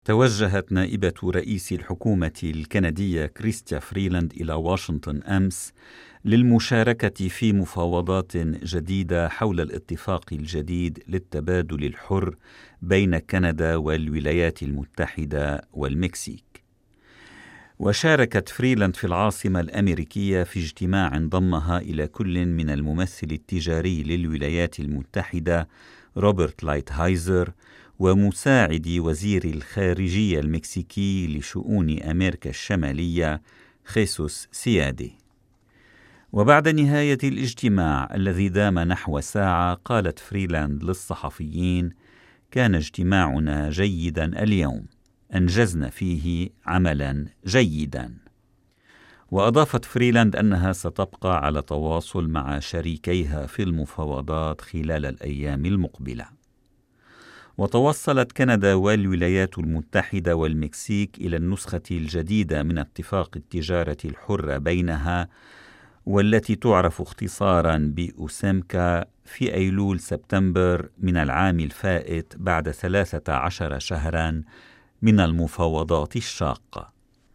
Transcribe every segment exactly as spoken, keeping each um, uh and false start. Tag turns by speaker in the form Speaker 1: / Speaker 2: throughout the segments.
Speaker 1: توجهت نائبة رئيس الحكومة الكندية كريستيا فريلاند إلى واشنطن أمس للمشاركة في مفاوضات جديدة حول الاتفاق الجديد للتبادل الحر بين كندا والولايات المتحدة والمكسيك. وشاركت فريلاند في العاصمة الأمريكية في اجتماع ضمها إلى كل من الممثل التجاري للولايات المتحدة روبرت لايتهايزر ومساعد وزير الخارجية المكسيكي لشؤون أمريكا الشمالية خيسوس سيادي. وبعد نهاية الاجتماع الذي دام نحو ساعة قالت فريلاند للصحفيين: كان اجتماعنا جيدا اليوم، أنجزنا فيه عملا جيدا. وأضافت فريلاند أنها ستبقى على تواصل مع شريكيها في المفاوضات خلال الأيام المقبلة. وتوصلت كندا والولايات المتحدة والمكسيك إلى النسخة الجديدة من اتفاق التجارة الحرة بينها، والتي تعرف اختصارا بأوسيمكا، في أيلول سبتمبر من العام الفائت بعد ثلاثة عشر شهرا من المفاوضات الشاقة.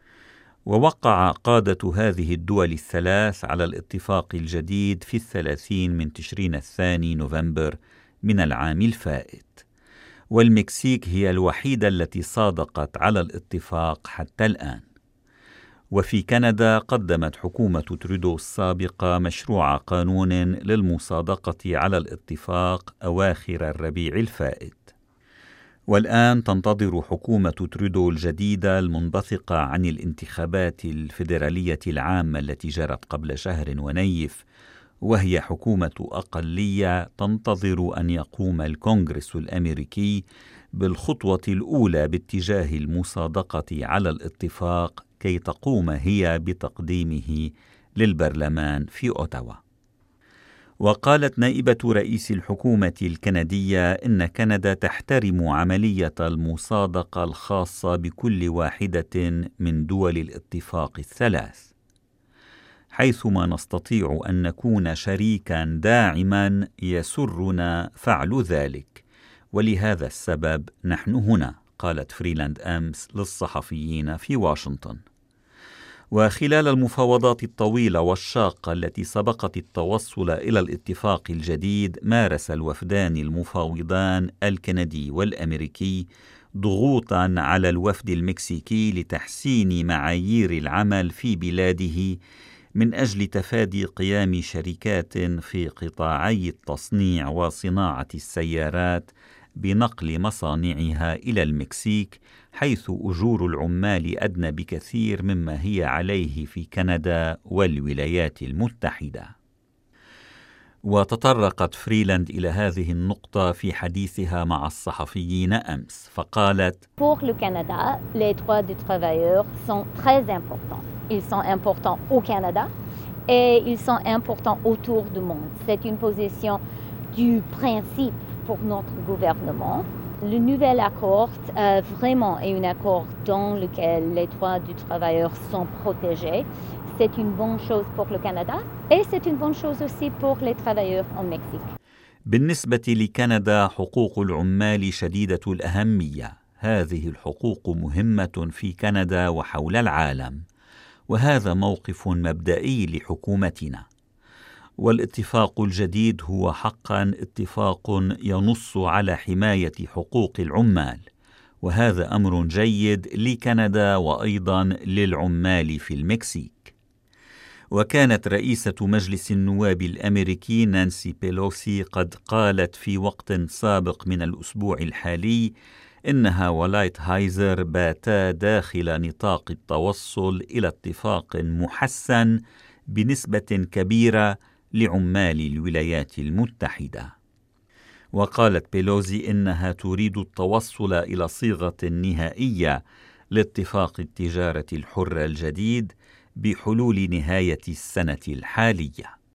Speaker 1: ووقع قادة هذه الدول الثلاث على الاتفاق الجديد في الثلاثين من تشرين الثاني نوفمبر من العام الفائت، والمكسيك هي الوحيدة التي صادقت على الاتفاق حتى الآن. وفي كندا قدمت حكومة ترودو السابقة مشروع قانون للمصادقة على الاتفاق أواخر الربيع الفائت، والآن تنتظر حكومة ترودو الجديدة المنبثقة عن الانتخابات الفيدرالية العامة التي جرت قبل شهر ونيف، وهي حكومة أقلية، تنتظر أن يقوم الكونغرس الأمريكي بالخطوة الأولى باتجاه المصادقة على الاتفاق كي تقوم هي بتقديمه للبرلمان في أوتاوا. وقالت نائبة رئيس الحكومة الكندية إن كندا تحترم عملية المصادقة الخاصة بكل واحدة من دول الاتفاق الثلاث، حيثما نستطيع أن نكون شريكا داعما يسرنا فعل ذلك، ولهذا السبب نحن هنا، قالت فريلاند أمس للصحفيين في واشنطن. وخلال المفاوضات الطويلة والشاقة التي سبقت التوصل إلى الاتفاق الجديد، مارس الوفدان المفاوضان الكندي والأمريكي ضغوطا على الوفد المكسيكي لتحسين معايير العمل في بلاده من أجل تفادي قيام شركات في قطاعي التصنيع وصناعة السيارات بنقل مصانعها إلى المكسيك، حيث أجور العمال أدنى بكثير مما هي عليه في كندا والولايات المتحدة. وتطرقت فريلاند إلى هذه النقطة في حديثها مع الصحفيين أمس، فقالت:
Speaker 2: Pour le Canada, les droits des travailleurs sont très importants. Ils sont importants au Canada et ils sont importants autour du monde. C'est une position du principe pour notre gouvernement. Le nouvel accord euh, vraiment est un accord dans lequel les droits du travailleur sont protégés. C'est une bonne chose pour le Canada et c'est une bonne chose aussi pour les travailleurs au Mexique.
Speaker 1: بالنسبة لكندا، حقوق العمال شديدة الأهمية. هذه الحقوق مهمة في كندا وحول العالم، وهذا موقف مبدئي لحكومتنا. والاتفاق الجديد هو حقا اتفاق ينص على حماية حقوق العمال، وهذا أمر جيد لكندا وأيضا للعمال في المكسيك. وكانت رئيسة مجلس النواب الأمريكي نانسي بيلوسي قد قالت في وقت سابق من الأسبوع الحالي إنها ولايتهايزر باتا داخل نطاق التوصل إلى اتفاق محسن بنسبة كبيرة لعمال الولايات المتحدة. وقالت بيلوزي إنها تريد التوصل إلى صيغة نهائية لاتفاق التجارة الحرة الجديد بحلول نهاية السنة الحالية.